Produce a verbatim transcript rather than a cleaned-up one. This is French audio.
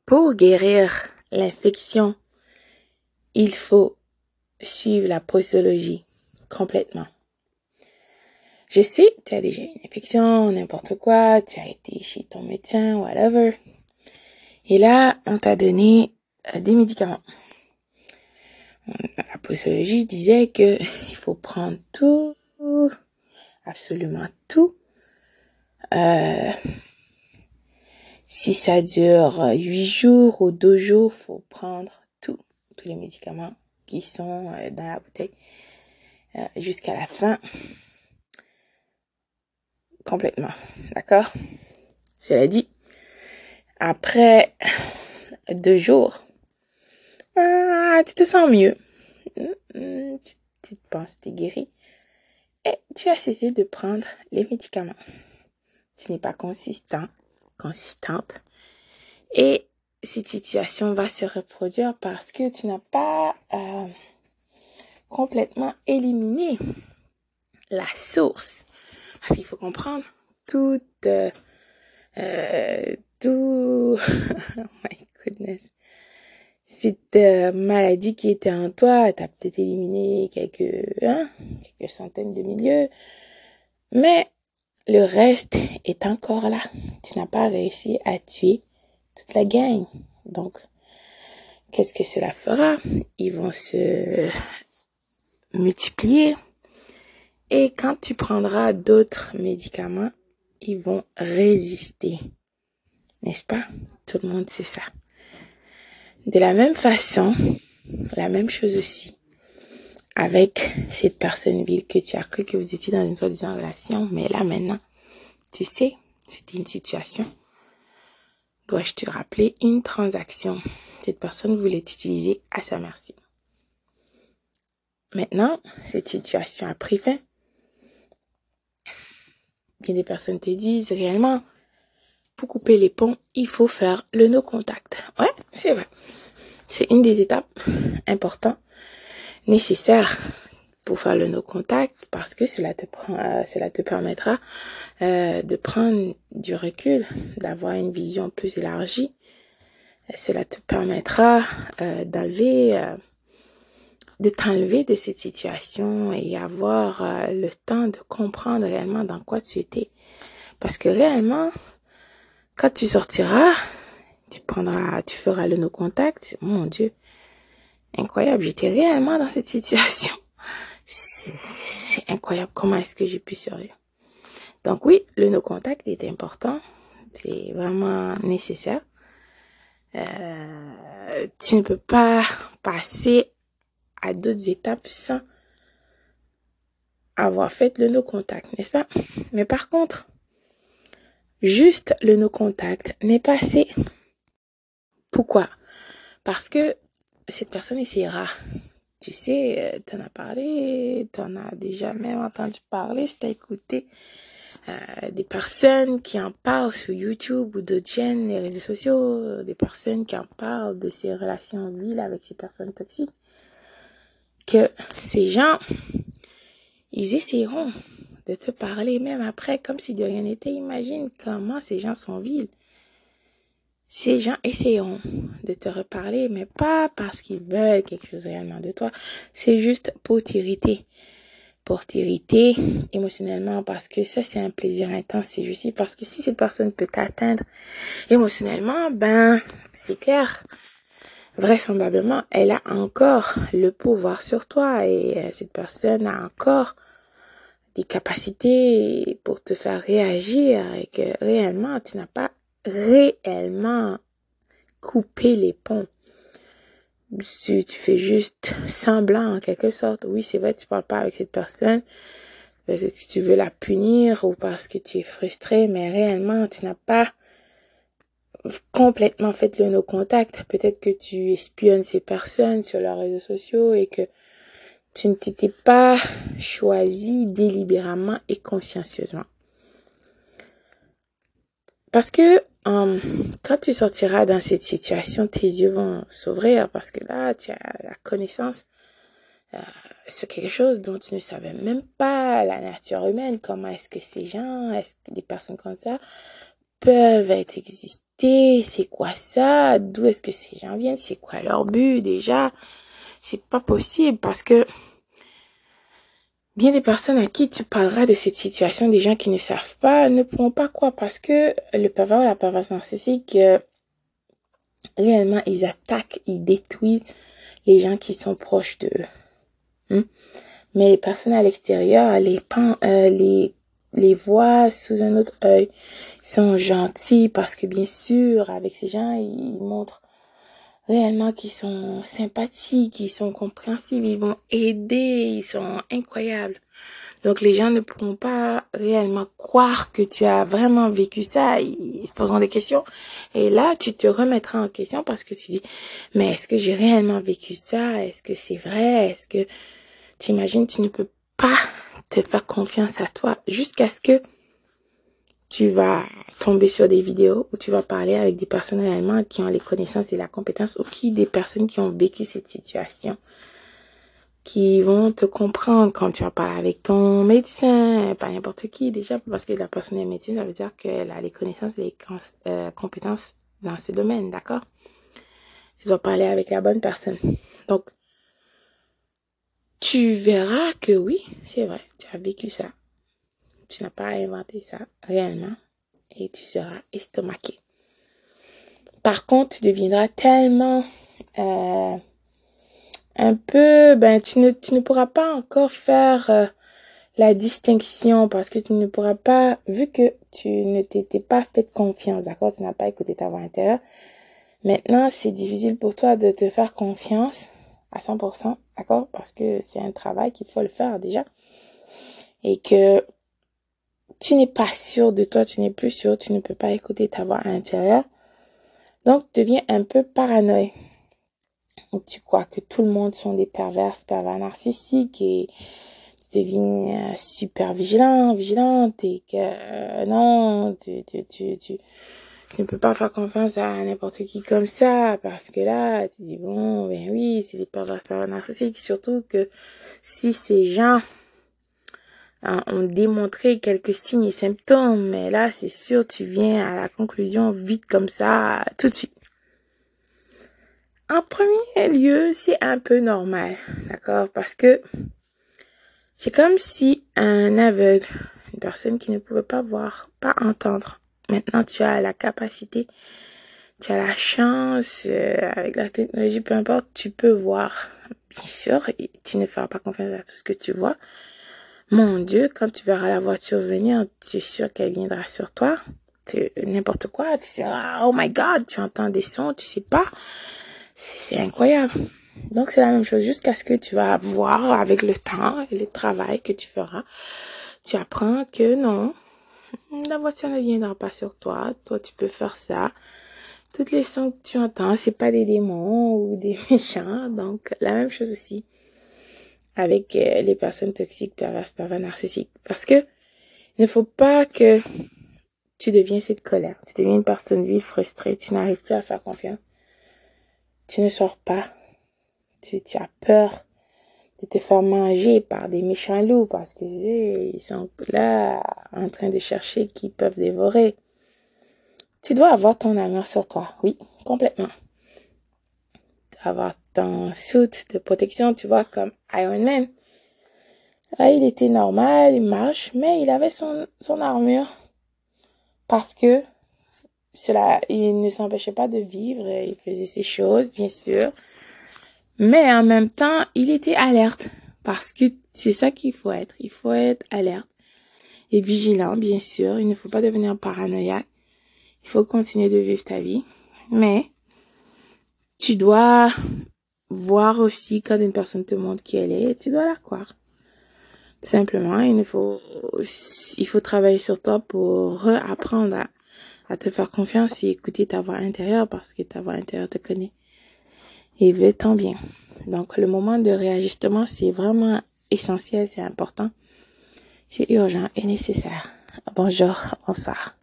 Pour guérir l'infection, il faut suivre la posologie complètement. Je sais, tu as déjà une infection, n'importe quoi, tu as été chez ton médecin, whatever. Et là, on t'a donné euh, des médicaments. La posologie disait que il faut prendre tout, absolument tout. Euh, si ça dure huit jours ou deux jours, faut prendre tout, tous les médicaments qui sont euh, dans la bouteille euh, jusqu'à la fin, complètement. D'accord? Cela dit, après deux jours, ah, tu te sens mieux. Tu, tu penses que tu es guéri. Et tu as cessé de prendre les médicaments. Tu n'es pas consistant, consistante. Et cette situation va se reproduire parce que tu n'as pas euh, complètement éliminé la source. Parce qu'il faut comprendre, toute, euh, euh, tout, oh my goodness, cette euh, maladie qui était en toi, tu as peut-être éliminé quelques, hein, quelques centaines de milliers, mais le reste est encore là. Tu n'as pas réussi à tuer toute la gang. Donc, qu'est-ce que cela fera? Ils vont se multiplier. Et quand tu prendras d'autres médicaments, ils vont résister. N'est-ce pas? Tout le monde sait ça. De la même façon, la même chose aussi avec cette personne vile que tu as cru que vous étiez dans une soi-disant relation, mais là maintenant, tu sais, c'était une situation. Dois-je te rappeler une transaction? Cette personne voulait t'utiliser à sa merci. Maintenant, cette situation a pris fin. Bien des personnes te disent réellement, pour couper les ponts, il faut faire le no contact. Ouais, c'est vrai. C'est une des étapes importantes, nécessaires pour faire le no contact parce que cela te prend, euh, cela te permettra euh, de prendre du recul, d'avoir une vision plus élargie. Cela te permettra euh, d'enlever, euh, de t'enlever de cette situation et avoir euh, le temps de comprendre réellement dans quoi tu étais. Parce que réellement, quand tu sortiras, tu prendras, tu feras le no contact. Mon Dieu, incroyable, j'étais réellement dans cette situation. C'est, c'est incroyable, comment est-ce que j'ai pu survivre. Donc oui, le no contact est important, c'est vraiment nécessaire. Euh, tu ne peux pas passer à d'autres étapes sans avoir fait le no contact, n'est-ce pas? Mais par contre, juste le no contact n'est pas assez. Pourquoi? Parce que cette personne essaiera. Tu sais, t'en as parlé, t'en as déjà même entendu parler, si t'as écouté euh, des personnes qui en parlent sur YouTube ou d'autres chaînes, les réseaux sociaux, des personnes qui en parlent de ces relations viles avec ces personnes toxiques, que ces gens, ils essaieront de te parler même après comme si de rien n'était. Imagine comment ces gens sont vils. Ces gens essaieront de te reparler, mais pas parce qu'ils veulent quelque chose réellement de toi. C'est juste pour t'irriter. Pour t'irriter émotionnellement, parce que ça, c'est un plaisir intense. C'est juste parce que si cette personne peut t'atteindre émotionnellement, ben, c'est clair. Vraisemblablement, elle a encore le pouvoir sur toi et euh, cette personne a encore des capacités pour te faire réagir et que réellement, tu n'as pas réellement couper les ponts. Tu, tu fais juste semblant en quelque sorte. Oui, c'est vrai, tu parles pas avec cette personne parce que tu veux la punir ou parce que tu es frustré, mais réellement, tu n'as pas complètement fait le no contact. Peut-être que tu espionnes ces personnes sur leurs réseaux sociaux et que tu ne t'étais pas choisi délibérément et consciencieusement. Parce que um, quand tu sortiras dans cette situation, tes yeux vont s'ouvrir parce que là, tu as la connaissance euh, sur quelque chose dont tu ne savais même pas, la nature humaine, comment est-ce que ces gens, est-ce que des personnes comme ça peuvent être exist- curiosité. C'est quoi ça? D'où est-ce que ces gens viennent? C'est quoi leur but déjà? C'est pas possible parce que bien des personnes à qui tu parleras de cette situation, des gens qui ne savent pas, ne pourront pas croire parce que le pervers ou la perverse narcissique, euh, réellement, ils attaquent, ils détruisent les gens qui sont proches d'eux. Hmm? Mais les personnes à l'extérieur, les, pan, euh, les, les voient sous un autre œil, sont gentils parce que bien sûr, avec ces gens, ils montrent réellement qu'ils sont sympathiques, ils sont compréhensifs, ils vont aider, ils sont incroyables. Donc les gens ne pourront pas réellement croire que tu as vraiment vécu ça, ils se poseront des questions. Et là, tu te remettras en question parce que tu dis, mais est-ce que j'ai réellement vécu ça? Est-ce que c'est vrai? Est-ce que tu imagines, tu ne peux pas te faire confiance à toi jusqu'à ce que tu vas tomber sur des vidéos où tu vas parler avec des personnes réellement qui ont les connaissances et la compétence ou qui des personnes qui ont vécu cette situation, qui vont te comprendre quand tu vas parler avec ton médecin, pas n'importe qui déjà, parce que la personne est médecin, ça veut dire qu'elle a les connaissances et les euh, compétences dans ce domaine, d'accord? Tu dois parler avec la bonne personne. Donc, tu verras que oui, c'est vrai, tu as vécu ça. Tu n'as pas inventé ça réellement et tu seras estomaqué. Par contre, tu deviendras tellement euh, un peu, ben tu ne tu ne pourras pas encore faire euh, la distinction parce que tu ne pourras pas, vu que tu ne t'étais pas fait confiance, d'accord, tu n'as pas écouté ta voix intérieure. Maintenant, c'est difficile pour toi de te faire confiance à cent pour cent, d'accord, parce que c'est un travail qu'il faut le faire déjà et que tu n'es pas sûr de toi, tu n'es plus sûr, tu ne peux pas écouter ta voix intérieure. Donc, tu deviens un peu paranoïaque. Tu crois que tout le monde sont des perverses, pervers narcissiques et tu deviens super vigilant, vigilante et que euh, non, tu, tu, tu, tu, tu ne peux pas faire confiance à n'importe qui comme ça parce que là, tu dis bon, ben oui, c'est des pervers, pervers narcissiques. Surtout que si ces gens hein, ont démontré quelques signes et symptômes, mais là, c'est sûr, tu viens à la conclusion vite comme ça, tout de suite. En premier lieu, c'est un peu normal, d'accord? Parce que c'est comme si un aveugle, une personne qui ne pouvait pas voir, pas entendre, maintenant tu as la capacité, tu as la chance, euh, avec la technologie, peu importe, tu peux voir. Bien sûr, et tu ne feras pas confiance à tout ce que tu vois. Mon Dieu, quand tu verras la voiture venir, tu es sûr qu'elle viendra sur toi. N'importe quoi, tu diras, oh my God, tu entends des sons, tu sais pas. C'est incroyable. Donc, c'est la même chose jusqu'à ce que tu vas voir avec le temps et le travail que tu feras. Tu apprends que non, la voiture ne viendra pas sur toi. Toi, tu peux faire ça. Toutes les sons que tu entends, c'est pas des démons ou des méchants. Donc, la même chose aussi avec euh, les personnes toxiques, perverses, pervers, narcissiques. Parce que il ne faut pas que tu deviens cette colère. Tu deviens une personne vive, frustrée. Tu n'arrives plus à faire confiance. Tu ne sors pas. Tu, tu as peur de te faire manger par des méchants loups parce que hey, ils sont là en train de chercher qui peuvent dévorer. Tu dois avoir ton amour sur toi, oui, complètement. Tu dois avoir ton suit de protection, tu vois, comme Iron Man. Là, il était normal, il marche, mais il avait son, son armure parce que cela, il ne s'empêchait pas de vivre, il faisait ses choses, bien sûr. Mais en même temps, il était alerte. Parce que c'est ça qu'il faut être. Il faut être alerte et vigilant, bien sûr. Il ne faut pas devenir paranoïaque. Il faut continuer de vivre ta vie. Mais tu dois voir aussi quand une personne te montre qui elle est, tu dois la croire. Simplement, il ne faut, il faut travailler sur toi pour réapprendre à, à te faire confiance et écouter ta voix intérieure parce que ta voix intérieure te connaît et veut ton bien. Donc, le moment de réajustement, c'est vraiment essentiel, c'est important, c'est urgent et nécessaire. Bonjour, bonsoir.